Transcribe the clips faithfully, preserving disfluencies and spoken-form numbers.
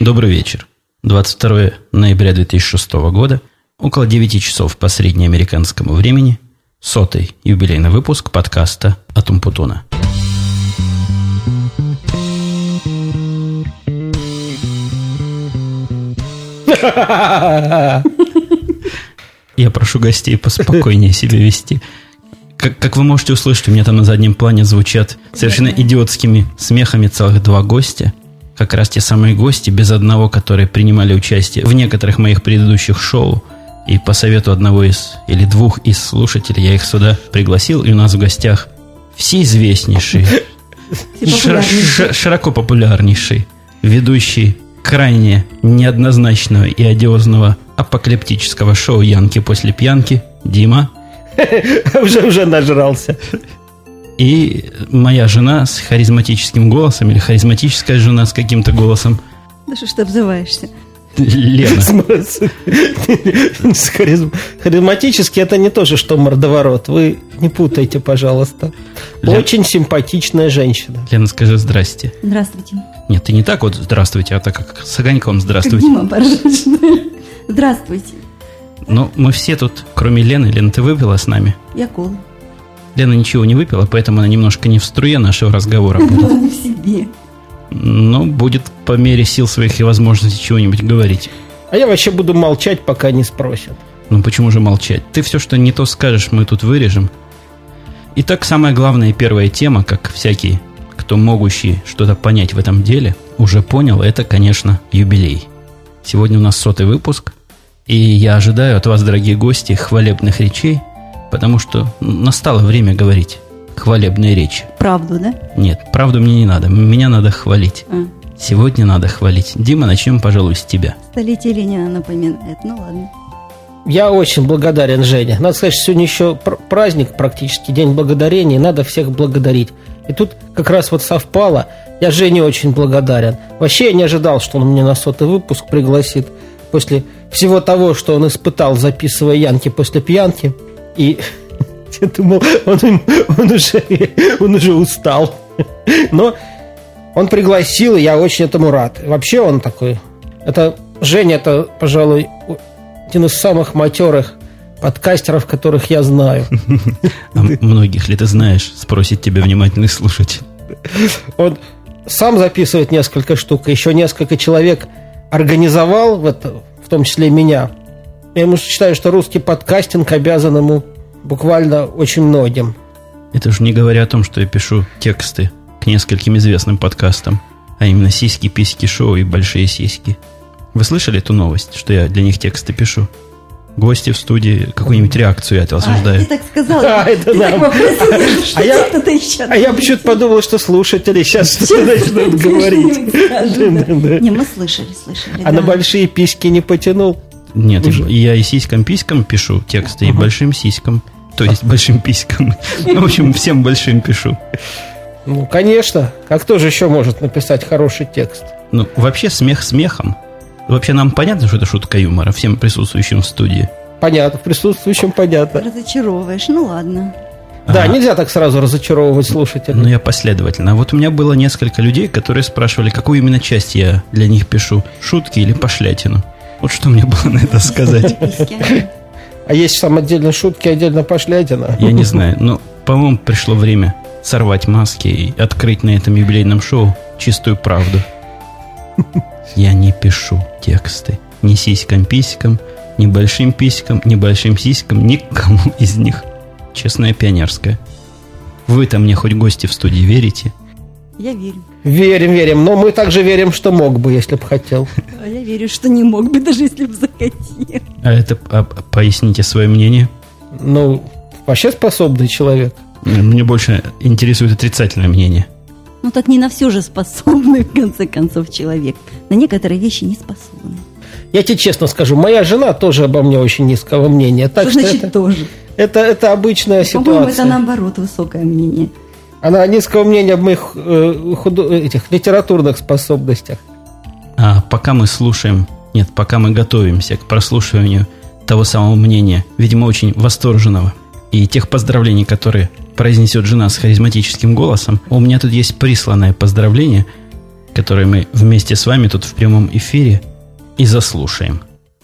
Добрый вечер. двадцать второе ноября две тысячи шестого года, около девяти часов по среднеамериканскому времени, сотый юбилейный выпуск подкаста от Умпутуна. Я прошу гостей поспокойнее себя вести. Как, как вы можете услышать, у меня там на заднем плане звучат совершенно идиотскими смехами целых два гостя. Как раз те самые гости, без одного, которые принимали участие в некоторых моих предыдущих шоу. И по совету одного из или двух из слушателей я их сюда пригласил. И у нас в гостях всеизвестнейший, шир, шир, широко популярнейший ведущий крайне неоднозначного и одиозного апокалиптического шоу «Янки после пьянки» Дима. Уже, уже нажрался. И моя жена с харизматическим голосом, или харизматическая жена с каким-то голосом. Да что ж ты обзываешься? Лена. Харизматический — это не то же, что мордоворот. Вы не путайте, пожалуйста. Лен... Очень симпатичная женщина. Лена, скажи здрасте. Здравствуйте. Нет, ты не так вот здравствуйте, а так как с огоньком здравствуйте. Как Дима поржешь. Здравствуйте. Ну, мы все тут, кроме Лены. Лена, ты выпила с нами? Я колу. Лена ничего не выпила, поэтому она немножко не в струе нашего разговора будет. Не в себе. Но будет по мере сил своих и возможностей чего-нибудь говорить. А я вообще буду молчать, пока не спросят. Ну почему же молчать? Ты все, что не то скажешь, мы тут вырежем. Итак, самая главная и первая тема, как всякий, кто могущий что-то понять в этом деле, уже понял, это, конечно, юбилей. Сегодня у нас сотый выпуск, и я ожидаю от вас, дорогие гости, хвалебных речей, потому что настало время говорить хвалебные речи. Правду, да? Нет, правду мне не надо. Меня надо хвалить. А. Сегодня надо хвалить. Дима, начнем, пожалуй, с тебя. Столетие Ленина напоминает. Ну ладно. Я очень благодарен Жене. Надо сказать, что сегодня еще праздник практически, День благодарения. Надо всех благодарить. И тут как раз вот совпало. Я Жене очень благодарен. Вообще я не ожидал, что он меня на сотый выпуск пригласит. После всего того, что он испытал, записывая «Янки после пьянки». И... Я думал, он, он, уже, он уже устал. Но он пригласил, и я очень этому рад. Вообще он такой... Это Женя, это, пожалуй, один из самых матерых подкастеров, которых я знаю. А многих ли ты знаешь, спросит тебя внимательный слушатель. Он сам записывает несколько штук, еще несколько человек организовал, в, это, в том числе и меня. Я ему считаю, что русский подкастинг обязан ему буквально очень многим. Это же не говоря о том, что я пишу тексты к нескольким известным подкастам, а именно «Сиськи, письки, шоу» и «Большие сиськи». Вы слышали эту новость, что я для них тексты пишу? Гости в студии, какую-нибудь реакцию я осуждаю. А, ты так сказал. А, это да. А я, а я почему-то подумал, что слушатели сейчас что-то начнут говорить. Не, мы слышали, слышали. А на большие письки не потянул? Нет, я и сиськам-писькам пишу тексты, и большим сиськам. То есть большим писькам. Ну, в общем, всем большим пишу. Ну, конечно. А кто же еще может написать хороший текст? Ну, вообще, смех смехом. Вообще, нам понятно, что это шутка юмора всем присутствующим в студии? Понятно, присутствующим понятно. Разочаровываешь, ну ладно. Да, а, нельзя так сразу разочаровывать слушателей. Ну, я последовательно. Вот у меня было несколько людей, которые спрашивали, какую именно часть я для них пишу. Шутки или пошлятину. Вот что мне было на это сказать. А есть там отдельно шутки, отдельно пошлятина? Я не знаю, но, по-моему, пришло время сорвать маски и открыть на этом юбилейном шоу чистую правду. Я не пишу тексты ни сиськам-писькам, ни большим писькам, ни большим сиськам, никому из них. Честная пионерская. Вы-то мне хоть гости в студии верите? Я верю. Верим, верим. Но мы также верим, что мог бы, если бы хотел. А я верю, что не мог бы, даже если бы захотел. А это, а, поясните свое мнение. Ну, вообще способный человек. Мне больше интересует отрицательное мнение. Ну, так не на все же способный, в конце концов, человек. На некоторые вещи не способны. Я тебе честно скажу, моя жена тоже обо мне очень низкого мнения. Так что, что значит это, тоже? Это, это обычная ситуация. По-моему, это наоборот высокое мнение. Она низкого мнения об моих э, худо... этих литературных способностях. А пока мы слушаем, нет, пока мы готовимся к прослушиванию того самого мнения, видимо, очень восторженного, и тех поздравлений, которые произнесет жена с харизматическим голосом, у меня тут есть присланное поздравление. которые мы вместе с вами тут в прямом эфире и заслушаем.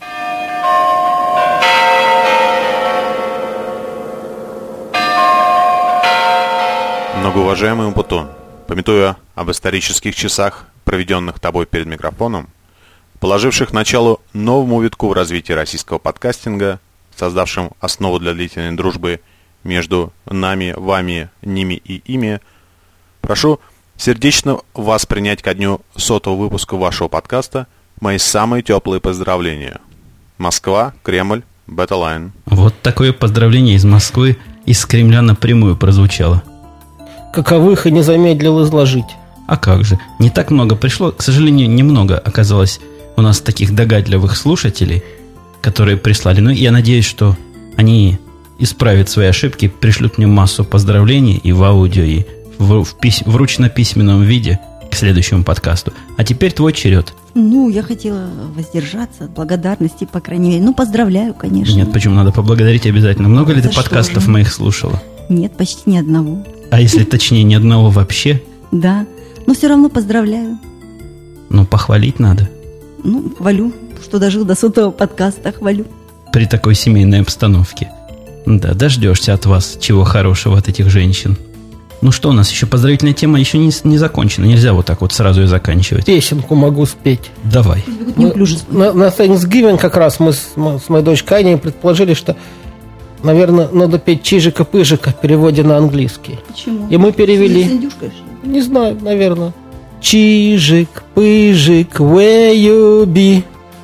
Многоуважаемый Умпутун, памятуя об исторических часах, проведенных тобой перед микрофоном, положивших начало новому витку в развитии российского подкастинга, создавшим основу для длительной дружбы между нами, вами, ними и ими, прошу сердечно вас принять ко дню сотого выпуска вашего подкаста мои самые теплые поздравления. Москва, Кремль, Бета-Лайн. Вот такое поздравление из Москвы, из Кремля напрямую прозвучало. Каковых и не замедлил изложить. А как же? Не так много пришло. К сожалению, немного оказалось у нас таких догадливых слушателей, которые прислали. Но я надеюсь, что они исправят свои ошибки, пришлют мне массу поздравлений и в аудио, и в, в, пись, в ручно-письменном виде к следующему подкасту. А теперь твой черед. Ну, я хотела воздержаться от благодарности, по крайней мере. Ну, поздравляю, конечно. Нет, почему? Надо поблагодарить обязательно. Много ли За ты подкастов же? моих слушала? Нет, почти ни одного. А если точнее, ни одного вообще? Да, но все равно поздравляю. Ну, похвалить надо. Ну, хвалю, что дожил до сотого подкаста, хвалю. При такой семейной обстановке. Да, дождешься от вас чего хорошего от этих женщин. Ну что у нас еще? Поздравительная тема еще не, не закончена. Нельзя вот так вот сразу ее заканчивать. Песенку могу спеть. Давай. Мы, на, на Thanksgiving как раз мы с, мы, с моей дочкой Аней предположили, что, наверное, надо петь «Чижика-пыжика» в переводе на английский. Почему? И мы перевели. С индюшкой, что ли? Не знаю, наверное. Чижик-пыжик, where you be?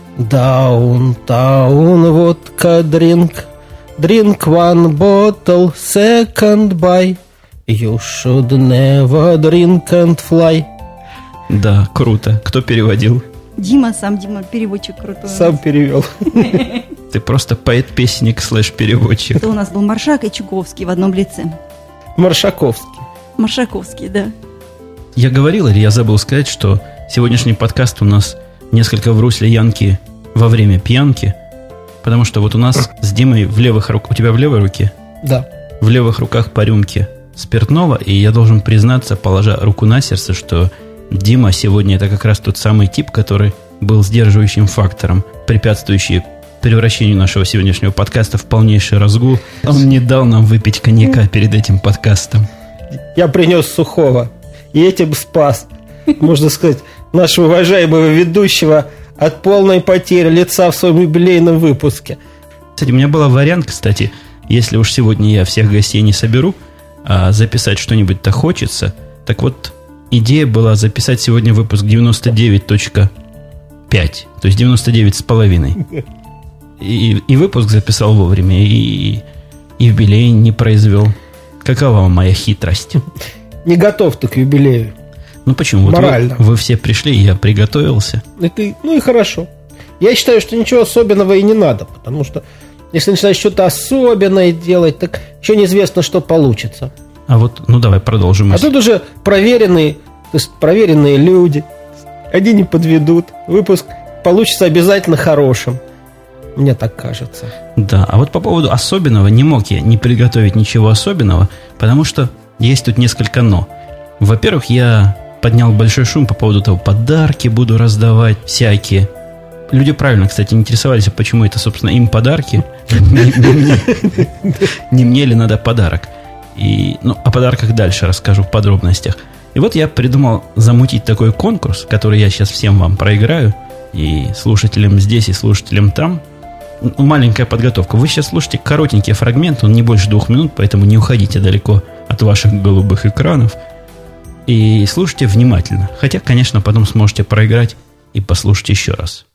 Downtown, водка, drink. Drink one bottle, second buy. You should never drink and fly. Да, круто. Кто переводил? Дима, сам Дима, переводчик крутой. Сам перевел. Ты просто поэт-песенник слэш-переводчик. Это у нас был Маршак и Чуковский в одном лице. Маршаковский. Маршаковский, да. Я говорил, или я забыл сказать, что сегодняшний подкаст у нас несколько в русле Янки во время пьянки, потому что вот у нас с Димой в левых руках... У тебя в левой руке? Да. В левых руках по рюмке спиртного, и я должен признаться, положа руку на сердце, что Дима сегодня это как раз тот самый тип, который был сдерживающим фактором, препятствующий превращению нашего сегодняшнего подкаста в полнейший разгул. Он не дал нам выпить коньяка перед этим подкастом. Я принес сухого. И этим спас, можно сказать, нашего уважаемого ведущего от полной потери лица в своем юбилейном выпуске. Кстати, у меня был вариант, кстати, если уж сегодня я всех гостей не соберу, а записать что-нибудь-то хочется. Так вот, идея была записать сегодня выпуск девяносто девять точка пять, то есть девяносто девять с половиной. И, и выпуск записал вовремя, и, и юбилей не произвел. Какова моя хитрость? Не готов ты к юбилею. Ну почему? Морально. Вот вы, вы все пришли, я приготовился. Это, ну и хорошо. Я считаю, что ничего особенного и не надо, потому что если начинать что-то особенное делать, так еще неизвестно, что получится. А вот, ну давай продолжим. А тут уже проверенные, то есть проверенные люди. Они не подведут. Выпуск получится обязательно хорошим. Мне так кажется. Да, а вот по поводу особенного не мог я не приготовить ничего особенного, потому что есть тут несколько «но». Во-первых, я поднял большой шум по поводу того, подарки буду раздавать всякие. Люди правильно, кстати, интересовались, почему это, собственно, им подарки. Не мне ли надо подарок? И, ну, о подарках дальше расскажу в подробностях. И вот я придумал замутить такой конкурс, который я сейчас всем вам проиграю, и слушателям здесь, и слушателям там. Маленькая подготовка. Вы сейчас слушаете коротенький фрагмент, он не больше двух минут, поэтому не уходите далеко от ваших голубых экранов. И слушайте внимательно. Хотя, конечно, потом сможете проиграть и послушать еще раз.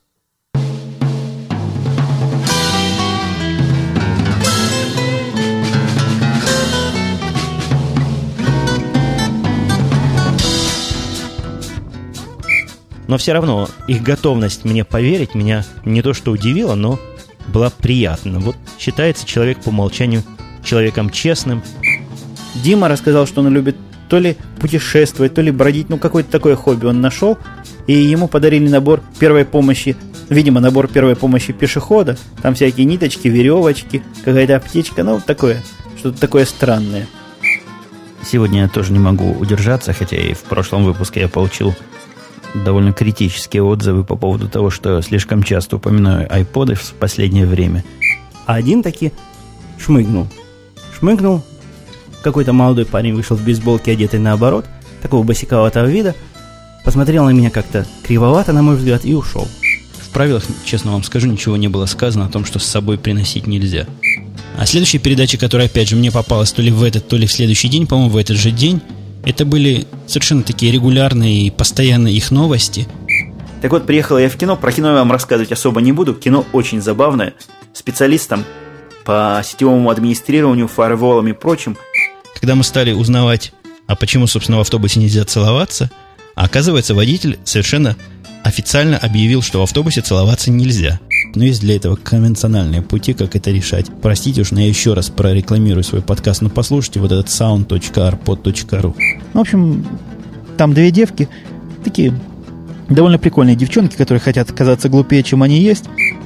Но все равно их готовность мне поверить меня не то что удивила, но была приятна. Вот считается человек по умолчанию человеком честным. Дима рассказал, что он любит то ли путешествовать, то ли бродить. Ну, какое-то такое хобби он нашел. И ему подарили набор первой помощи. Видимо, набор первой помощи пешехода. Там всякие ниточки, веревочки, какая-то аптечка. Ну, такое, что-то такое странное. Сегодня я тоже не могу удержаться, хотя и в прошлом выпуске я получил довольно критические отзывы по поводу того, что слишком часто упоминаю айподы в последнее время. А один таки шмыгнул. Шмыгнул. Какой-то молодой парень вышел в бейсболке, одетый наоборот, такого босиковатого вида, посмотрел на меня как-то кривовато, на мой взгляд, и ушел. В правилах, честно вам скажу, ничего не было сказано о том, что с собой приносить нельзя. А следующая передача, которая, опять же, мне попалась то ли в этот, то ли в следующий день, по-моему, в этот же день, это были совершенно такие регулярные и постоянные их новости. Так вот, приехала я в кино. Про кино я вам рассказывать особо не буду. Кино очень забавное. Специалистам по сетевому администрированию, фаерволам и прочим. Когда мы стали узнавать, а почему, собственно, в автобусе нельзя целоваться, а оказывается, водитель совершенно официально объявил, что в автобусе целоваться нельзя. Но есть для этого конвенциональные пути, как это решать. Простите уж, но я еще раз прорекламирую свой подкаст, но послушайте вот этот саунд точка арпод точка ру. В общем, там две девки, такие довольно прикольные девчонки, которые хотят казаться глупее, чем они есть.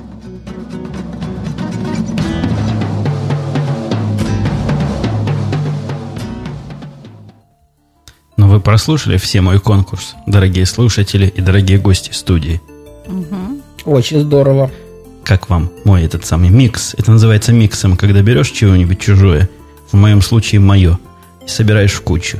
Но вы прослушали все мой конкурс, дорогие слушатели и дорогие гости студии. Угу. Очень здорово. Как вам мой этот самый микс? Это называется миксом, когда берешь чего-нибудь чужое, в моем случае мое, и собираешь в кучу.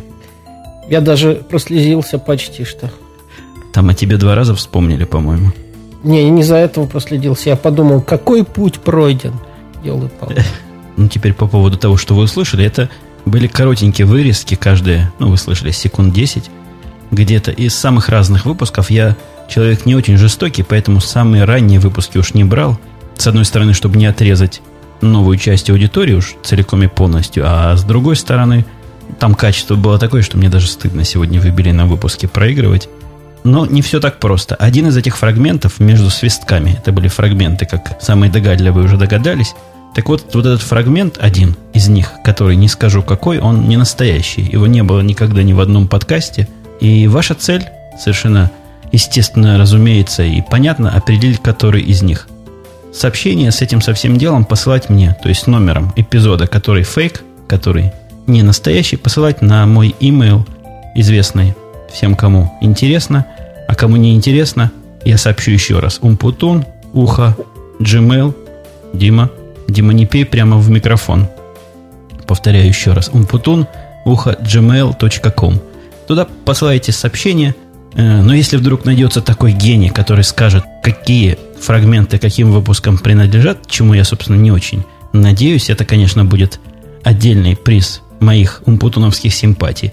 Я даже прослезился почти что. Там о тебе два раза вспомнили, по-моему. Не, не из-за этого проследился. Я подумал, какой путь пройден. Ёлы-палы. Ну, теперь по поводу того, что вы услышали, это были коротенькие вырезки, каждые, ну, вы слышали, секунд десять, где-то из самых разных выпусков. Я человек не очень жестокий, поэтому самые ранние выпуски уж не брал. С одной стороны, чтобы не отрезать новую часть аудитории уж целиком и полностью, а с другой стороны, там качество было такое, что мне даже стыдно сегодня в юбилейном выпуске проигрывать. Но не все так просто. Один из этих фрагментов между свистками, это были фрагменты, как самые догадливые уже догадались. Так вот, вот этот фрагмент, один из них, который не скажу какой, он не настоящий. Его не было никогда ни в одном подкасте. И ваша цель, совершенно естественно, разумеется, и понятно, определить, который из них. Сообщение с этим со всем делом посылать мне, то есть номером эпизода, который фейк, который не настоящий, посылать на мой имейл, известный всем, кому интересно, а кому не интересно, я сообщу еще раз. Умпутун, ухо, Gmail, Дима, Дима, не пей прямо в микрофон. Повторяю еще раз. Умпутун, ухо, gmail точка ком. Туда посылаете сообщение. Но если вдруг найдется такой гений, который скажет, какие фрагменты каким выпускам принадлежат, чему я, собственно, не очень надеюсь, это, конечно, будет отдельный приз моих умпутуновских симпатий.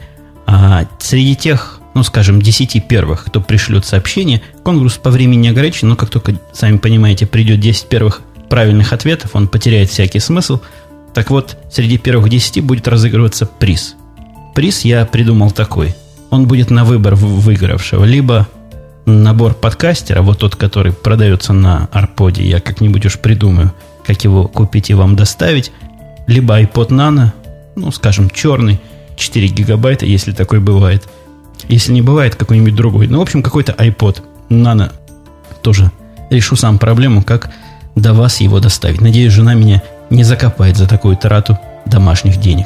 А среди тех, ну, скажем, десяти первых, кто пришлет сообщение, конкурс по времени не ограничен, но как только, сами понимаете, придет десять первых правильных ответов, он потеряет всякий смысл. Так вот, среди первых десяти будет разыгрываться приз. Приз я придумал такой. Он будет на выбор выигравшего. Либо набор подкастера, вот тот, который продается на Арподе, я как-нибудь уж придумаю, как его купить и вам доставить. Либо iPod Nano, ну, скажем, черный, четыре гигабайта, если такой бывает. Если не бывает, какой-нибудь другой. Ну, в общем, какой-то iPod Nano. Тоже решу сам проблему, как до вас его доставить. Надеюсь, жена меня не закопает за такую трату домашних денег.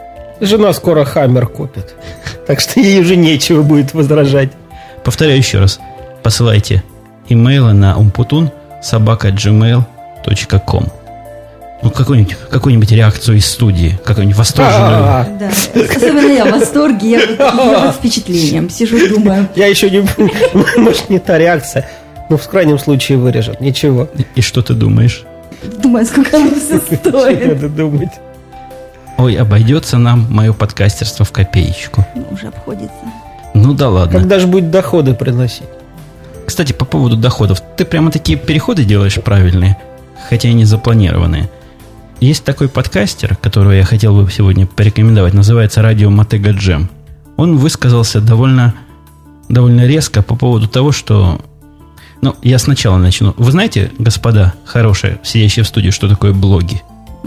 Жена скоро Хаммер купит. Так что ей уже нечего будет возражать. Повторяю еще раз. Посылайте имейлы на умпутун собака джимейл точка ком. Ну, какую-нибудь, какую-нибудь реакцию из студии. Какую-нибудь восторженную. Да. Особенно я в восторге. Я, я под впечатлением. Сижу, думаю. Я еще не... Может, не та реакция. Ну, в крайнем случае вырежет. Ничего. И что ты думаешь? Думаю, сколько оно все стоит. Надо думать. Ой, обойдется нам мое подкастерство в копеечку. Ну, уже обходится. Ну да ладно. Когда же будет доходы приносить? Кстати, по поводу доходов. Ты прямо такие переходы делаешь правильные, хотя и не запланированные. Есть такой подкастер, которого я хотел бы сегодня порекомендовать. Называется «Радио Мотега Джем». Он высказался довольно, довольно резко по поводу того, что... Ну, я сначала начну. Вы знаете, господа хорошие, сидящие в студии, что такое блоги?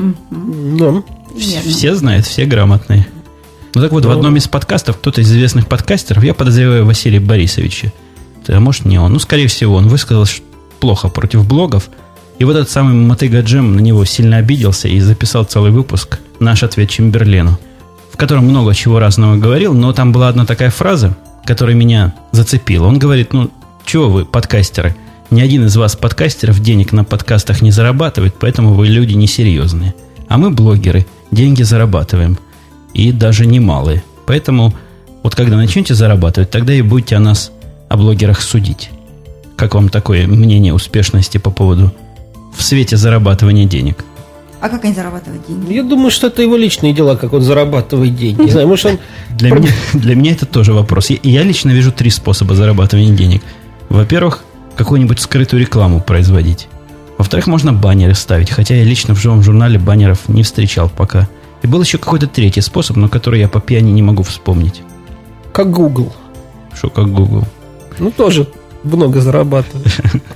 Ну, Все, все знают, все грамотные. Ну так вот, в одном из подкастов кто-то из известных подкастеров, я подозреваю Василия Борисовича, а может не он, ну скорее всего он высказал плохо против блогов, и вот этот самый Мотега Джем на него сильно обиделся и записал целый выпуск «Наш ответ Чемберлену», в котором много чего разного говорил, но там была одна такая фраза, который меня зацепил. Он говорит, ну, чего вы, подкастеры? Ни один из вас, подкастеров, денег на подкастах не зарабатывает, поэтому вы люди несерьезные. А мы, блогеры, деньги зарабатываем. И даже немалые. Поэтому вот когда начнете зарабатывать, тогда и будете о нас, о блогерах, судить. Как вам такое мнение успешности по поводу в свете зарабатывания денег? А как они зарабатывают деньги? Я думаю, что это его личные дела, как он зарабатывает деньги. Не знаю, может, он... Для меня, для меня это тоже вопрос. Я, я лично вижу три способа зарабатывания денег. Во-первых, какую-нибудь скрытую рекламу производить. Во-вторых, можно баннеры ставить, хотя я лично в живом журнале баннеров не встречал пока. И был еще какой-то третий способ, но который я по пьяни не могу вспомнить. Как Google. Что как Google? Ну, тоже много зарабатывает.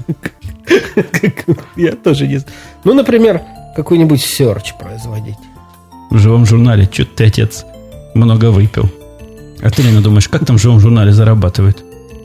Я тоже не знаю. Ну, например, какой-нибудь серч производить. В живом журнале, что ты, отец, много выпил. А ты, Лена, думаешь, как там в живом журнале зарабатывают?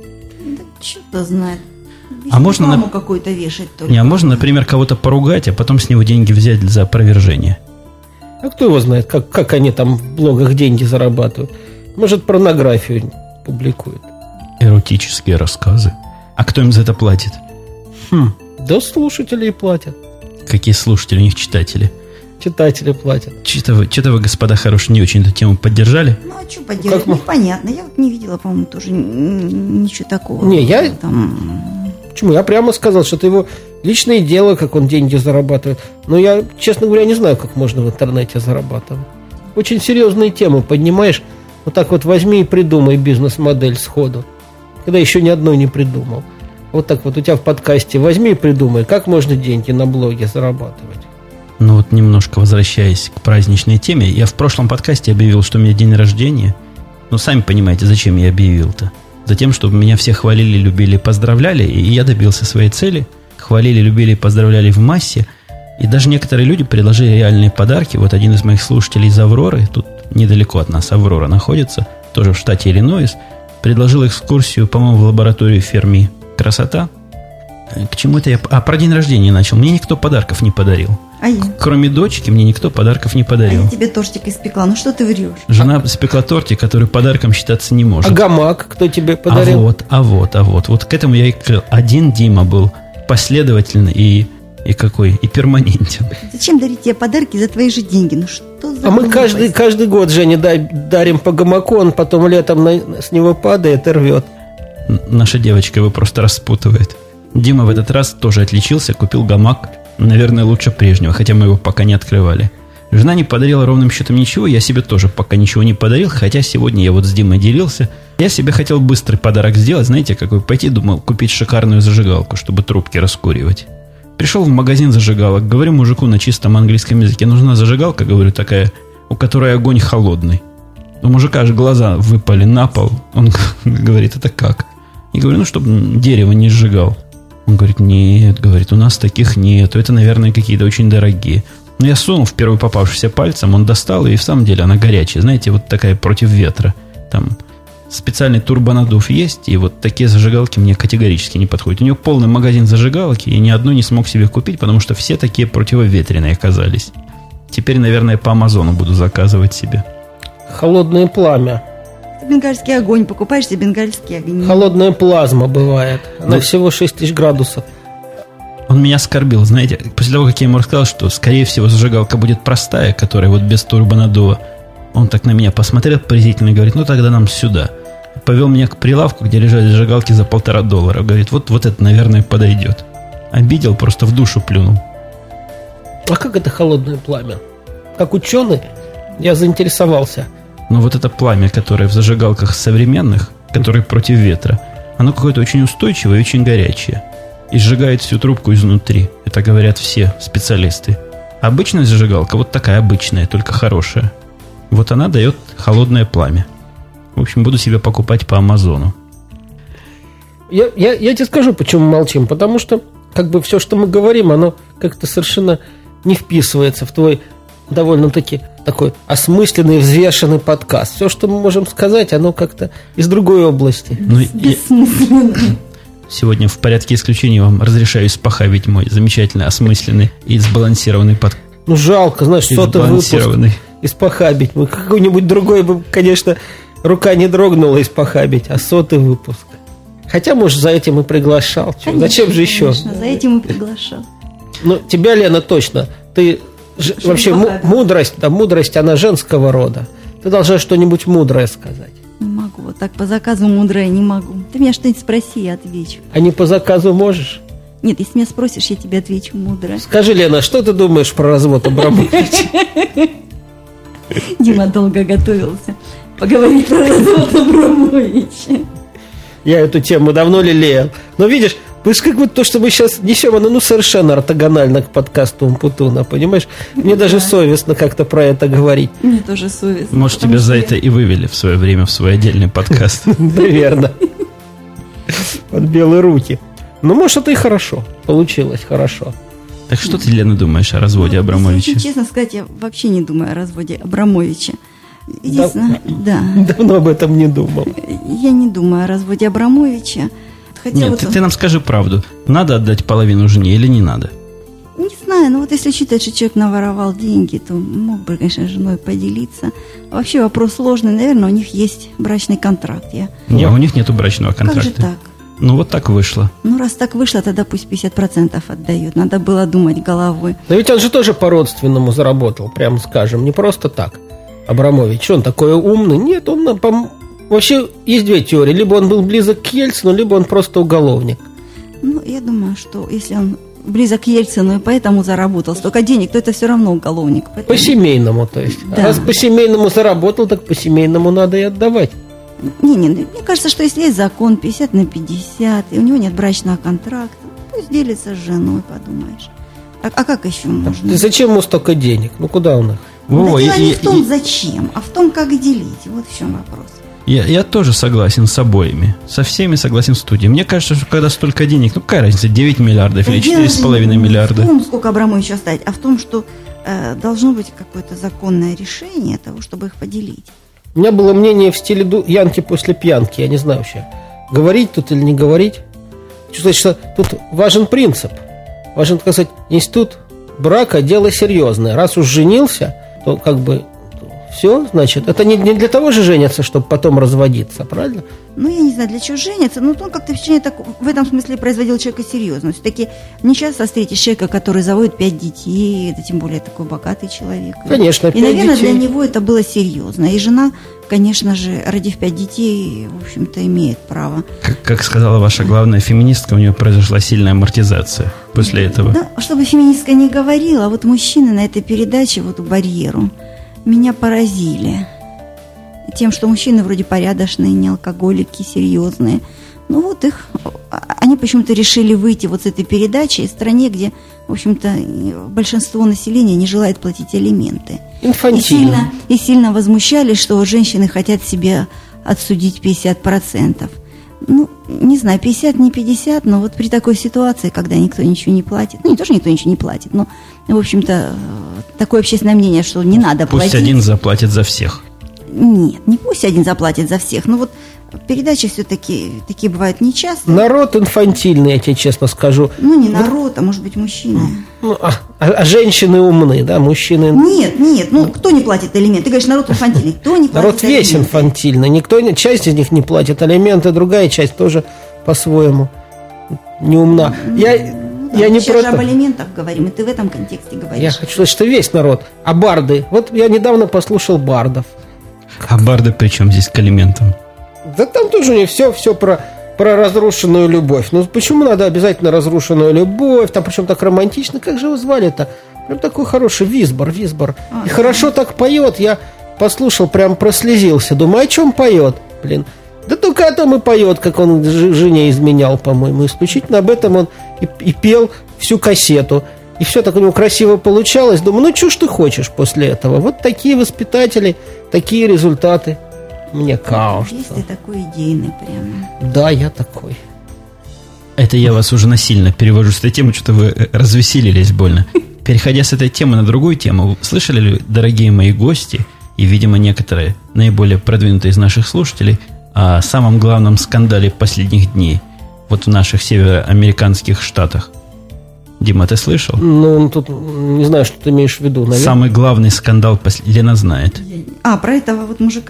Что-то знает. А можно рекламу на- какую-то вешать только. Не, а можно, например, кого-то поругать, а потом с него деньги взять за опровержение. А кто его знает, как, как они там в блогах деньги зарабатывают? Может, порнографию публикуют. Эротические рассказы. А кто им за это платит? Хм, да слушатели и платят. Какие слушатели, у них читатели. Читатели платят. Что-то вы, что-то вы, господа хорошие, не очень эту тему поддержали. Ну, а что поделать? Как мы- Непонятно. Я вот не видела, по-моему, тоже н- ничего такого. Не, я- Там... Почему? Я прямо сказал, что это его личное дело, как он деньги зарабатывает. Но я, честно говоря, не знаю, как можно в интернете зарабатывать. Очень серьезные темы поднимаешь. Вот так вот возьми и придумай бизнес-модель сходу. Когда еще ни одной не придумал. Вот так вот у тебя в подкасте возьми и придумай, как можно деньги на блоге зарабатывать. Ну вот немножко возвращаясь к праздничной теме, я в прошлом подкасте объявил, что у меня день рождения. Ну, сами понимаете, зачем я объявил-то. Затем, чтобы меня все хвалили, любили, поздравляли, и я добился своей цели. Хвалили, любили, поздравляли в массе. И даже некоторые люди предложили реальные подарки. Вот один из моих слушателей из Авроры, тут недалеко от нас Аврора находится, тоже в штате Иллинойс, предложил экскурсию, по-моему, в лабораторию Ферми. Красота. К чему это я... А, про день рождения начал. Мне никто подарков не подарил. А я? Кроме дочки, мне никто подарков не А подарил. я тебе тортик испекла. Ну что ты врешь? Жена спекла тортик, который подарком считаться не может. А гамак кто тебе А подарил? вот, а вот, а вот. Вот к этому я и говорил. Один Дима был последовательный и, и какой, и перманентен. Зачем дарить тебе подарки за твои же деньги? Ну что за А мы глупость? каждый, каждый год, Женя, да- дарим по гамаку, он потом летом на- с него падает и рвет. Н- Наша девочка его просто распутывает. Дима в этот раз тоже отличился, купил гамак, наверное, лучше прежнего, хотя мы его пока не открывали. Жена не подарила ровным счетом ничего, я себе тоже пока ничего не подарил, хотя сегодня я вот с Димой делился. Я себе хотел быстрый подарок сделать, знаете, какой? Пойти, думал, купить шикарную зажигалку, чтобы трубки раскуривать. Пришел в магазин зажигалок, говорю мужику на чистом английском языке, нужна зажигалка, говорю, такая, у которой огонь холодный. У мужика аж глаза выпали на пол, он говорит, это как? И говорю, ну, чтобы дерево не сжигал. Он говорит, нет, говорит, у нас таких нету, это, наверное, какие-то очень дорогие. Но я сунул в первый попавшийся пальцем, он достал, и в самом деле она горячая, знаете, вот такая против ветра. Там специальный турбонаддув есть, и вот такие зажигалки мне категорически не подходят. У него полный магазин зажигалок, и я ни одной не смог себе купить, потому что все такие противоветренные оказались. Теперь, наверное, по Амазону буду заказывать себе. Холодное пламя. Бенгальский огонь. Покупаешь себе бенгальский огонь. Холодная плазма бывает. Она Да. всего шесть тысяч градусов. Он меня оскорбил, знаете, после того, как я ему рассказал, что, скорее всего, зажигалка будет простая, которая вот без турбонаддува. Он так на меня посмотрел презрительно и говорит, ну тогда нам сюда. Повел меня к прилавку, где лежали зажигалки за полтора доллара. Говорит, вот, вот это, наверное, подойдет. Обидел, просто в душу плюнул. А как это холодное пламя? Как ученый, я заинтересовался. Но вот это пламя, которое в зажигалках современных, которое против ветра, оно какое-то очень устойчивое и очень горячее. И сжигает всю трубку изнутри. Это говорят все специалисты. Обычная зажигалка, вот такая обычная, только хорошая. Вот она дает холодное пламя. В общем, буду себе покупать по Амазону. Я, я, я тебе скажу, почему мы молчим. Потому что как бы все, что мы говорим, оно как-то совершенно не вписывается в твой довольно-таки такой осмысленный, взвешенный подкаст. Все, что мы можем сказать, оно как-то из другой области. Ну, я Бессмысленно. сегодня в порядке исключения вам разрешаю спохабить мой замечательный, осмысленный и сбалансированный подкаст. Ну, жалко, знаешь, И сотый выпуск сбалансированный. испохабить. Мы какой-нибудь другой бы, конечно, рука не дрогнула испохабить, а сотый выпуск. Хотя, может, за этим и приглашал. Чё, Конечно, зачем же еще? Конечно, за этим и приглашал. Ну, тебя, Лена, точно. Ты ж, вообще му- мудрость, да, мудрость, она женского рода. Ты должна что-нибудь мудрое сказать. Не могу, вот так по заказу мудрое не могу. Ты меня что-нибудь спроси, я отвечу. А не по заказу можешь? Нет, если меня спросишь, я тебе отвечу мудрое. Скажи, Лена, что ты думаешь про развод Абрамовича? Дима долго готовился поговорить про развод Абрамовича. Я эту тему давно лелеял. Но видишь, вы же как бы то, что мы сейчас несем, оно ну совершенно ортогонально к подкасту Умпутуна, понимаешь? Мне даже совестно как-то про это говорить. Мне тоже совестно. Может, тебя за это и вывели в свое время в свой отдельный подкаст. Наверное. Под белые руки. Ну, может, это и хорошо. Получилось хорошо. Так что ты, Лена, думаешь о разводе Абрамовича? Если честно сказать, я вообще не думаю о разводе Абрамовича. Единственное, да. Давно об этом не думал. Я не думаю о разводе Абрамовича. Хотя Нет, вот, ты, ты нам скажи правду. Надо отдать половину жене или не надо? не знаю, но вот если считать, что человек наворовал деньги, то мог бы, конечно, с женой поделиться. А вообще вопрос сложный. Наверное, у них есть брачный контракт. Я... Не, у них нету брачного контракта. Как же так? Ну, вот так вышло. Ну, раз так вышло, тогда пусть пятьдесят процентов отдают. Надо было думать головой. Но ведь он же тоже по-родственному заработал, прямо скажем. Не просто так. Абрамович, он такой умный? Нет, он... Пом... Вообще, есть две теории. Либо он был близок к Ельцину, либо он просто уголовник. Ну, я думаю, что если он близок к Ельцину и поэтому заработал столько денег, то это все равно уголовник. Поэтому... По-семейному, то есть. Да. Раз по-семейному заработал, так по-семейному надо и отдавать. Не-не, мне кажется, что если есть закон пятьдесят на пятьдесят, и у него нет брачного контракта, пусть делится с женой, подумаешь. А, а как еще можно? Ты зачем ему столько денег? Ну, куда он их? Во, Да дело я, не я- в том, я- зачем, а в том, как делить. Вот в чем вопрос. я- я тоже согласен с обоими. Со всеми согласен в студии. Мне кажется, что когда столько денег, ну какая разница, девять миллиардов или Да дело четыре с половиной не миллиарда? в том, сколько Абрамовичу оставить, а в том, что э, должно быть какое-то законное решение того, чтобы их поделить. У меня было мнение в стиле ду- Янки после пьянки. Я не знаю вообще, говорить тут или не говорить. Хочу сказать, что тут важен принцип. Важен, так сказать, институт брака – дело серьезное. Раз уж женился, то как бы все, значит, это не, не для того же женятся, чтобы потом разводиться, правильно? Ну, я не знаю, для чего женится, но он как-то впечатление так, в этом смысле производил человека серьезно. Все-таки не часто встретишь человека, который заводит пять детей, это тем более такой богатый человек. Конечно, И, пять наверное, детей. для него это было серьезно. И жена, конечно же, родив пять детей, в общем-то, имеет право. Как, как сказала ваша главная феминистка, у нее произошла сильная амортизация после этого. Да, чтобы феминистка не говорила, вот мужчины на этой передаче, вот «Барьеру», меня поразили тем, что мужчины вроде порядочные, не алкоголики, серьезные. Ну вот их, они почему-то решили выйти вот с этой передачи из стране, где, в общем-то, большинство населения не желает платить алименты. И Инфантильно. сильно, и сильно возмущались, что вот женщины хотят себе отсудить пятьдесят процентов. Ну, не знаю, пятьдесят, не пятьдесят, но вот при такой ситуации, когда никто ничего не платит, ну, не то, что никто ничего не платит, но, в общем-то, такое общественное мнение, что не надо Пусть платить. один заплатит за всех. Нет, не пусть один заплатит за всех, но вот передачи все-таки такие бывают нечасто. Народ инфантильный, я тебе честно скажу. Ну, не народ, а может быть мужчины. Ну, а, а- а женщины умны, да, мужчины... Нет, нет, ну кто не платит алименты? Ты говоришь, народ инфантильный. Кто не платит Народ весь алименты? инфантильный. Никто, не- часть из них не платит алименты, другая часть тоже по-своему не умна. Я, Да, я мы не сейчас про же об то. алиментах говорим, и ты в этом контексте Я говоришь. хочу сказать, что весь народ. А барды? Вот я недавно послушал бардов. А барды при чем здесь к алиментам? Да там тоже у них все, все про, про разрушенную любовь. Ну почему надо обязательно разрушенную любовь? Там причем так романтично. Как же его звали-то? Прям такой хороший Висбор, Висбор. А, И да. хорошо так поет. Я послушал, прям прослезился. Думаю, о чем поет? Блин. Да только о том и поет, как он ж- жене изменял, по-моему. Исключительно об этом он и, и пел всю кассету. И все так у него красиво получалось. Думаю, ну что ж ты хочешь после этого? Вот такие воспитатели, такие результаты. Мне кажется. Есть ты такой идейный прямо. Да, я такой. Это я вас уже насильно перевожу с этой темы, что-то вы э, развеселились больно. Переходя с этой темы на другую тему, слышали ли, дорогие мои гости, и, видимо, некоторые наиболее продвинутые из наших слушателей, о самом главном скандале последних дней, вот в наших североамериканских штатах? Дима, ты слышал? Ну, тут не знаю, что ты имеешь в виду, наверное. Самый главный скандал, пос- Лена знает. А, про этого вот мужика?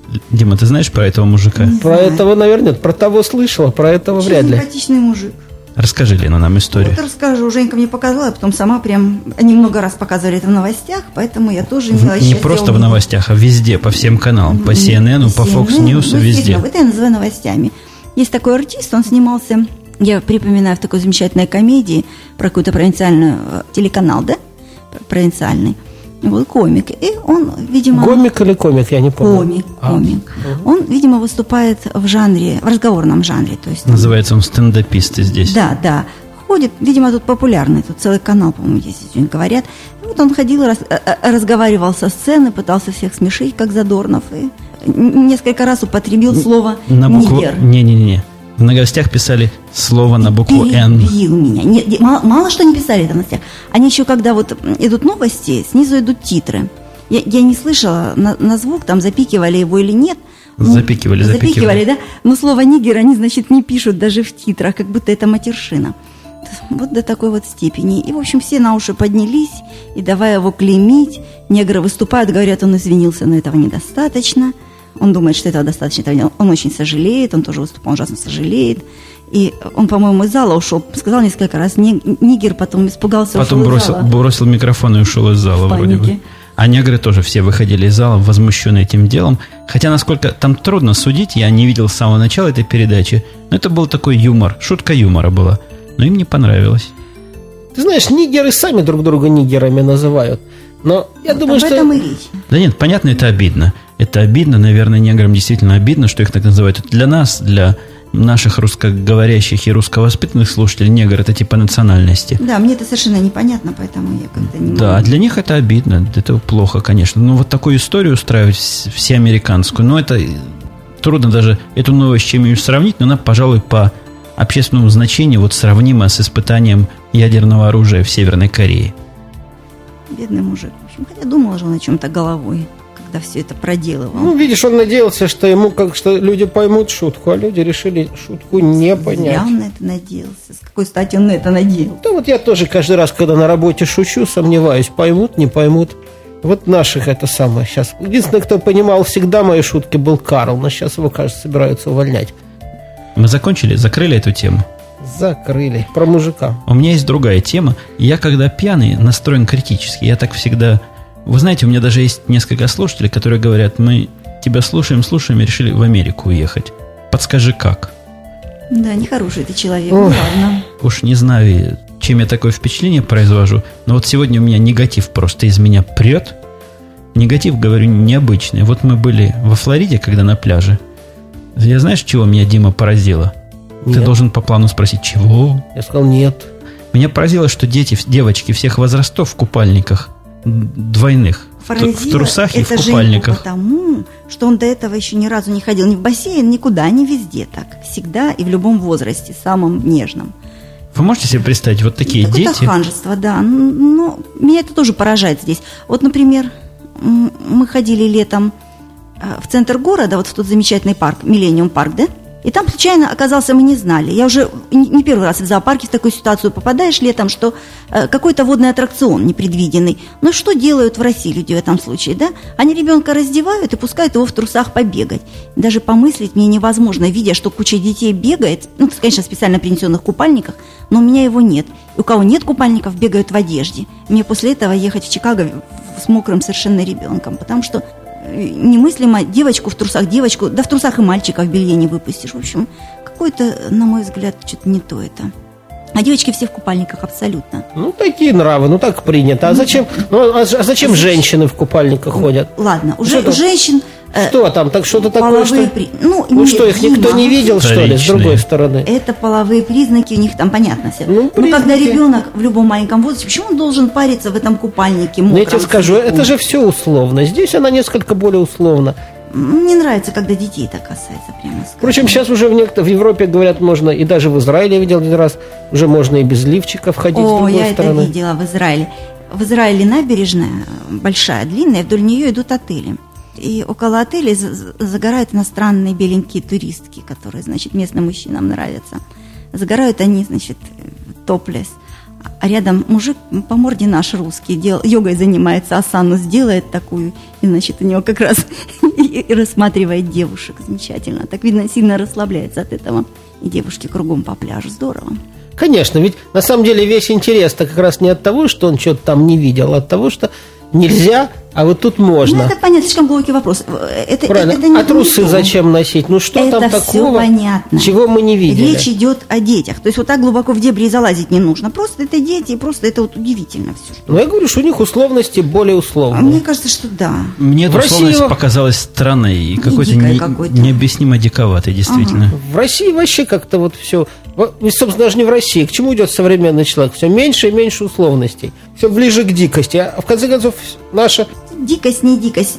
Дима, ты знаешь про этого мужика? Не Про знаю. этого, наверное, нет. Про того слышала, про этого Очень вряд ли. симпатичный мужик. Расскажи, Лена, нам историю. Вот расскажу. Женька мне показала, а потом сама прям... Они много раз показывали это в новостях, поэтому я тоже имела Не счастье просто в увидеть. новостях, а везде, по всем каналам. По си эн эн, по Fox си эн эн, News, ну, везде. естественно, это я называю новостями. Есть такой артист, он снимался, я припоминаю, в такой замечательной комедии про какой-то провинциальный э, телеканал, да? Провинциальный. Вот комик. И он, видимо... Комик или комик, я не помню. Комик, А. комик. Он, видимо, выступает в жанре, в разговорном жанре. То есть, Называется он стендапист здесь. Да, да. Ходит, видимо, тут популярный, тут целый канал, по-моему, здесь сегодня говорят. И вот он ходил, раз, э, э, разговаривал со сцены, пытался всех смешить, как Задорнов, и н- несколько раз употребил слово На букву... «нигер». Не-не-не. В новостях писали слово на букву «Н». Перебил меня. Нет, де- мало, мало что не писали это в новостях. Они еще, когда вот идут новости, снизу идут титры. Я, я не слышала на, на звук, там запикивали его или нет. Ну, Запикивали, запикивали. Запикивали, да? Но слово «нигер» они, значит, не пишут даже в титрах, как будто это матершина. Вот до такой вот степени. И, в общем, все на уши поднялись, и давай его клеймить. Негры выступают, говорят, он извинился, но этого недостаточно. Он думает, что этого достаточно. Он очень сожалеет, он тоже выступал, он ужасно сожалеет. И он, по-моему, из зала ушел, сказал несколько раз «нигер», потом испугался, Потом ушел бросил, из зала. бросил микрофон и ушел из зала В вроде бы. панике. А негры тоже все выходили из зала, возмущенные этим делом. Хотя, насколько там трудно судить, я не видел с самого начала этой передачи. Но это был такой юмор, шутка юмора была. Но им не понравилось. Ты знаешь, нигеры сами друг друга нигерами называют. Но я Вот думаю, об что... этом и речь. Да нет, понятно, это обидно. Это обидно, наверное, неграм действительно обидно, что их так называют. Это для нас, для наших русскоговорящих и руссковоспитанных слушателей, негр – это типа национальности. Да, мне это совершенно непонятно, поэтому я как-то не Да, а могу. для них это обидно, это плохо, конечно. Но вот такую историю устраивать вс- всеамериканскую, ну, это трудно даже эту новость с чем-нибудь сравнить, но она, пожалуй, по общественному значению вот сравнима с испытанием ядерного оружия в Северной Корее. Бедный мужик. В общем, хотя думал же он о чем-то головой, когда все это проделывал. Ну, видишь, он надеялся, что ему как что люди поймут шутку, а люди решили шутку не понять. Зря он на это надеялся. С какой стати он на это надеялся? Да вот я тоже каждый раз, когда на работе шучу, сомневаюсь, поймут, не поймут. Вот наших это самое сейчас. Единственный, кто понимал всегда мои шутки, был Карл, но сейчас его, кажется, собираются увольнять. Мы закончили, закрыли эту тему. Закрыли. Про мужика. У меня есть другая тема. Я, когда пьяный, настроен критически. Я так всегда... Вы знаете, у меня даже есть несколько слушателей, которые говорят, мы тебя слушаем, слушаем и решили в Америку уехать. Подскажи, как? Да, нехороший ты человек. Ох. Ну ладно. Уж не знаю, чем я такое впечатление произвожу, но вот сегодня у меня негатив просто из меня прет. Негатив, говорю, необычный. Вот мы были во Флориде, когда на пляже. Я знаешь, чего меня, Дима, поразило? Ты Нет. должен по плану спросить, чего? Я сказал, нет. Меня поразило, что дети, девочки всех возрастов в купальниках двойных. В ту- Поразило в трусах и в это Женьку купальниках. потому, что он до этого еще ни разу не ходил ни в бассейн, никуда, ни везде так. Всегда и в любом возрасте, самом нежном. Вы можете себе представить, вот такие Какое-то дети? ханжество, да. Ну, меня это тоже поражает здесь. Вот, например, м, мы ходили летом э, в центр города, вот в тот замечательный парк, Миллениум парк, да? И там случайно оказался, мы не знали. Я уже не не первый раз в зоопарке в такую ситуацию попадаешь летом, что э, какой-то водный аттракцион непредвиденный. Ну, что делают в России люди в этом случае, да? Они ребенка раздевают и пускают его в трусах побегать. Даже помыслить мне невозможно, видя, что куча детей бегает, ну, конечно, в специально принесенных купальниках, но у меня его нет. И у кого нет купальников, бегают в одежде. Мне после этого ехать в Чикаго с мокрым совершенно ребенком, потому что немыслимо девочку в трусах, девочку, да в трусах и мальчика в белье не выпустишь. В общем, какое-то, на мой взгляд, что-то не то это. А девочки все в купальниках абсолютно. Ну, такие нравы, ну так принято. А зачем, ну, а а зачем женщины в купальниках ходят? Ладно, уже Что у там? женщин... э, Что там? Так что-то такое, половые что... при- Ну, Ну нет, что, их никто Дима, не видел, что ли, с Вторичные. другой стороны? Это половые признаки, у них там понятно все. Ну, Но когда признаки. ребенок в любом маленьком возрасте, почему он должен париться в этом купальнике Ну, мокром? я тебе скажу, целиком? это же все условно. Здесь она несколько более условна. Мне нравится, когда детей это касается, прямо скажем. Впрочем, сейчас уже в, некотор- в Европе, говорят, можно, и даже в Израиле я видел один раз, уже можно и без лифчиков ходить с О, другой я стороны. это видела в Израиле. В Израиле набережная большая, длинная, вдоль нее идут отели. И около отелей за- за- загорают иностранные беленькие туристки, которые, значит, местным мужчинам нравятся. Загорают они, значит, топлес. А рядом мужик по морде наш русский, дел, йогой занимается, асану сделает такую, и, значит, у него как раз и, и рассматривает девушек замечательно. Так видно, сильно расслабляется от этого. И девушки кругом по пляжу. Здорово. Конечно, ведь на самом деле весь интерес-то как раз не от того, что он что-то там не видел, а от того, что нельзя, а вот тут можно. Ну, это понятно, слишком глубокий вопрос. Это, Правильно. это не, а трусы не зачем носить? Ну что это там все такого, понятно. чего мы не видели? Речь идет о детях. То есть вот так глубоко в дебри залазить не нужно. Просто это дети, и просто это вот удивительно все. Ну, я говорю, что у них условности более А условные. мне кажется, что да. Мне эта В России условность во- показалась странной и какой-то, дикой не- какой-то. необъяснимо диковатой, действительно. В России вообще как-то вот все... И, собственно, даже не в России. К чему идет современный человек? Все меньше и меньше условностей. Все ближе к дикости. А в конце концов, наша... Дикость, не дикость.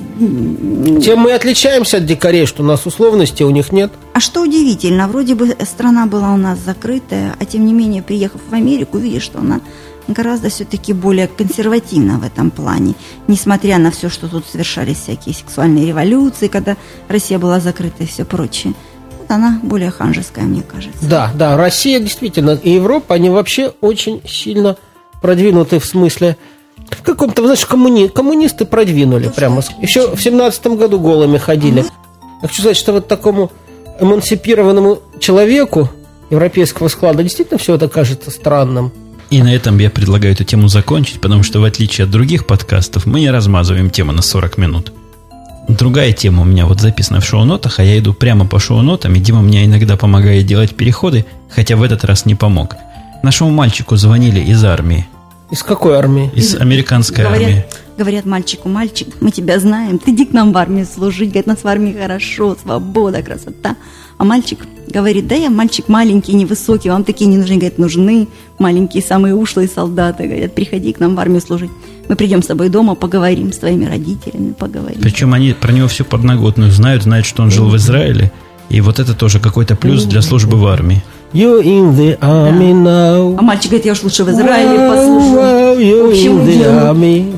Тем мы и отличаемся от дикарей, что у нас условностей, у них нет. А что удивительно, вроде бы страна была у нас закрытая, а тем не менее, приехав в Америку, видишь, что она гораздо все-таки более консервативна в этом плане. Несмотря на все, что тут совершались всякие сексуальные революции, когда Россия была закрыта и все прочее. Вот она более ханжеская, мне кажется. Да, да, Россия действительно и Европа, они вообще очень сильно продвинуты в смысле... В каком-то, знаешь, коммуни... коммунисты продвинули прямо. Еще в семнадцатом году голыми ходили. Я хочу сказать, что вот такому эмансипированному человеку европейского склада действительно все это кажется странным. И на этом я предлагаю эту тему закончить, потому что в отличие от других подкастов, мы не размазываем тему на сорок минут. Другая тема у меня вот записана в шоу-нотах, а я иду прямо по шоу-нотам, и Дима мне иногда помогает делать переходы, хотя в этот раз не помог. Нашему мальчику звонили из армии. Из какой армии? Из американской говорят, армии. Говорят мальчику: мальчик, мы тебя знаем, ты иди к нам в армию служить. Говорит, нас в армии хорошо, свобода, красота. А мальчик говорит: да я мальчик маленький, невысокий, вам такие не нужны. Говорит, нужны маленькие, самые ушлые солдаты. Говорят, приходи к нам в армию служить. Мы придем с тобой дома, поговорим с твоими родителями, поговорим. Причем они про него всю подноготную знают, знают, что он жил в Израиле. И вот это тоже какой-то плюс для службы в армии. You in the army now. А мальчик говорит, я уж лучше в Израиле Wow, послужу. wow, you В общем, in the дело. army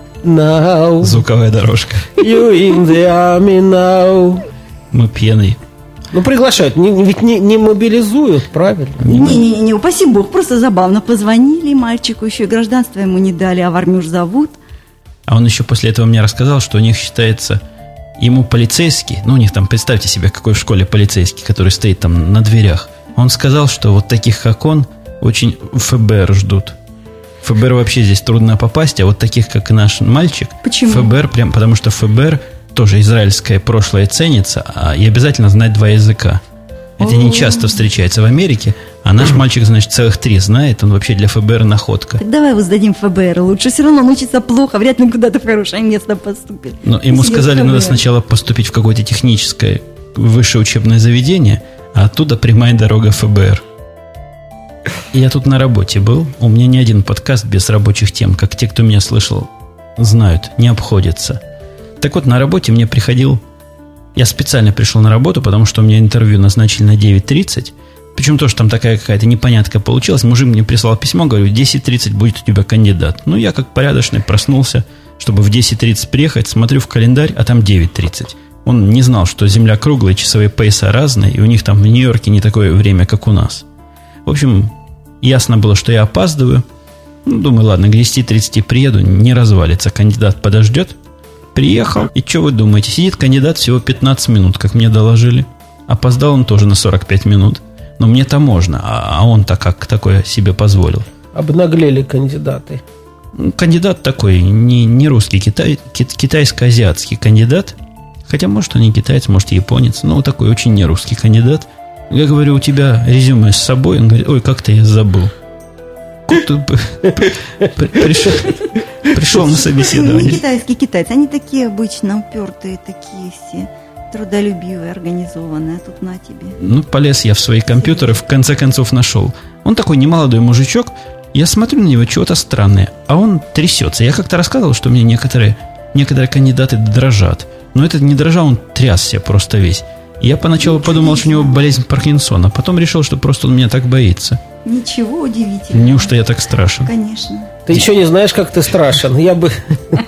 now. Звуковая дорожка. You in the army now. Мы пьяные. Ну, приглашают, не- ведь не, не мобилизуют, правильно? Не-не-не, упаси бог, просто забавно. Позвонили мальчику, еще и гражданство ему не дали, а в армию уж зовут. А он еще после этого мне рассказал, что у них считается, ему полицейский, ну у них там, представьте себе, какой в школе полицейский, который стоит там на дверях. Он сказал, что вот таких, как он, очень ФБР ждут. ФБР вообще здесь трудно попасть, а вот таких, как и наш мальчик, Почему? ФБР, прям, потому что ФБР тоже израильское прошлое ценится, а, и обязательно знать два языка. Это не часто встречается в Америке, а наш мальчик, значит, целых три знает, он вообще для ФБР находка. Так давай его сдадим в ФБР лучше. Все равно он учится плохо, вряд ли он куда-то в хорошее место поступит. Но ему Сидит в сказали, надо ФБР. сначала поступить в какое-то техническое высшее учебное заведение, а оттуда прямая дорога в ФБР. Я тут на работе был. У меня ни один подкаст без рабочих тем, как те, кто меня слышал, знают, не обходится. Так вот, на работе мне приходил... Я специально пришел на работу, потому что у меня интервью назначили на девять тридцать. Причем тоже там такая какая-то непонятка получилась. Мужик мне прислал письмо, говорю, в десять тридцать будет у тебя кандидат. Ну, я как порядочный проснулся, чтобы в десять тридцать приехать, смотрю в календарь, а там девять тридцать. Он не знал, что Земля круглая, часовые пояса разные, и у них там в Нью-Йорке не такое время, как у нас. В общем, ясно было, что я опаздываю. Ну, думаю, ладно, к десяти тридцати приеду, не развалится, кандидат подождет. Приехал, и что вы думаете? Сидит кандидат всего пятнадцать минут, как мне доложили. Опоздал он тоже на сорок пять минут. Но мне-то можно, а а он-то как такое себе позволил? Обнаглели кандидаты. Ну, кандидат такой, не, не русский, китай, ки- китайско-азиатский кандидат. Хотя, может, он не китаец, может, японец, но такой очень не русский кандидат. Я говорю, у тебя резюме с собой? Он говорит, ой, как-то я забыл. Как ты пришел, пришел на Не собеседование? китайские китайцы, они такие обычно упертые, такие все трудолюбивые, организованные, а тут на тебе. Ну, полез я в свои компьютеры, в конце концов нашел. Он такой немолодой мужичок, я смотрю на него, чего-то странное, а он трясется. Я как-то рассказывал, что у меня некоторые, некоторые кандидаты дрожат. Но этот не дрожал, он трясся просто весь. Я поначалу подумал, что у него болезнь Паркинсона, потом решил, что просто он меня так боится. Ничего удивительного. Неужто я так страшен? Конечно. Ты еще не знаешь, как ты страшен. Я бы...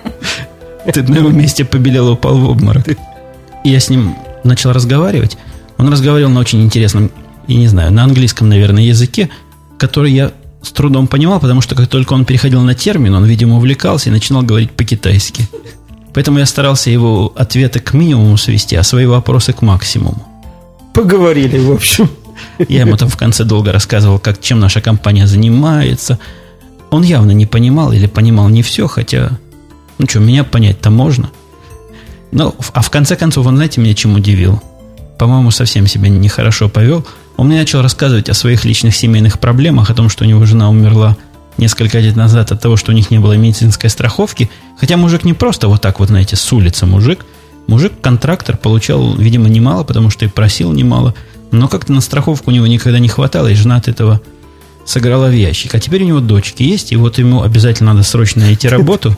Ты на его месте побелел и упал в обморок. И я с ним начал разговаривать. Он разговаривал на очень интересном, я не знаю, на английском, наверное, языке, который я с трудом понимал, потому что как только он переходил на термин, он, видимо, увлекался и начинал говорить по-китайски. Поэтому я старался его ответы к минимуму свести, а свои вопросы к максимуму. Поговорили, в общем. Я ему там в конце долго рассказывал, как, чем наша компания занимается. Он явно не понимал или понимал не все, хотя, ну что, меня понять-то можно. Ну, а в конце концов, он, знаете, меня чем удивил? По-моему, совсем себя нехорошо повел. Он мне начал рассказывать о своих личных семейных проблемах, о том, что у него жена умерла несколько лет назад от того, что у них не было медицинской страховки. Хотя мужик не просто вот так вот, знаете, с улицы мужик. Мужик-контрактор получал, видимо, немало, потому что и просил немало. Но как-то на страховку у него никогда не хватало, и жена от этого сыграла в ящик. А теперь у него дочки есть, и вот ему обязательно надо срочно найти работу,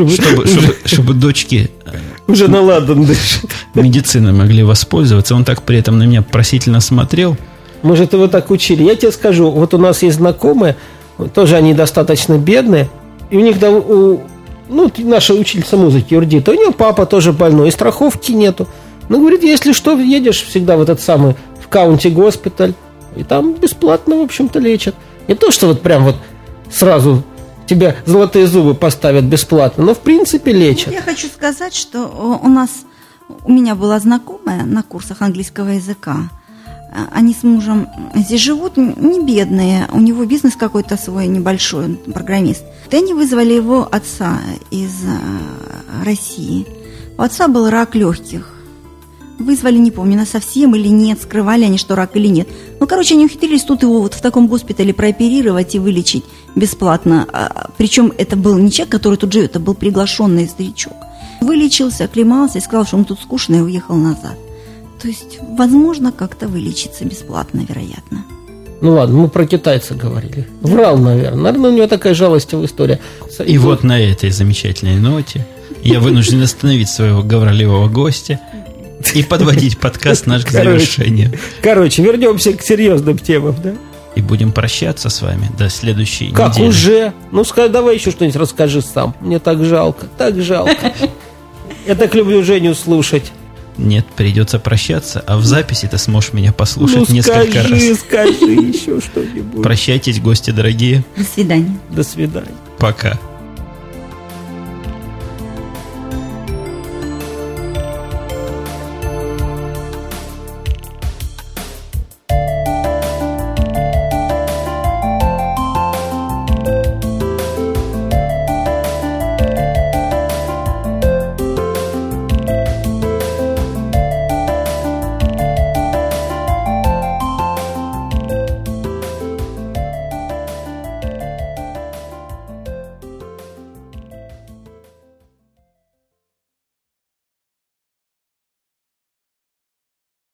чтобы дочки уже на ладан дышит. Медицины могли воспользоваться. Он так при этом на меня просительно смотрел. Может, его так учили. Я тебе скажу, вот у нас есть знакомые, тоже они достаточно бедные, и у них, ну, наша учительница музыки Юрдита, у нее папа тоже больной, и страховки нету. Ну, говорит, если что, едешь всегда в этот самый, в каунти-госпиталь, и там бесплатно, в общем-то, лечат. Не то, что вот прям вот сразу тебя золотые зубы поставят бесплатно, но в принципе лечат. Я хочу сказать, что у нас, у меня была знакомая на курсах английского языка. Они с мужем здесь живут, не бедные, у него бизнес какой-то свой небольшой, он программист. И они вызвали его отца из России. У отца был рак легких. Вызвали, не помню, совсем или нет, скрывали они, что рак или нет. Ну, короче, они ухитрились тут его вот в таком госпитале прооперировать и вылечить бесплатно. А, причем это был не человек, который тут живет, это был приглашенный старичок. Вылечился, оклемался и сказал, что ему тут скучно, и уехал назад. То есть, возможно, как-то вылечиться бесплатно, вероятно. Ну ладно, мы про китайца говорили. Врал, наверное. Наверное, у него такая жалостивая история. И, и вот на этой замечательной ноте я вынужден остановить своего говорливого гостя и подводить подкаст наш к завершению. Короче, вернемся к серьезным темам, да? И будем прощаться с вами до следующей как недели. Как уже? Ну, скажи, давай еще что-нибудь расскажи сам. Мне так жалко, так жалко. Я так люблю Женю слушать. Нет, придется прощаться, а в записи ты сможешь меня послушать ну, несколько скажи, раз. Скажи еще что-нибудь. Прощайтесь, гости дорогие. До свидания. До свидания. Пока.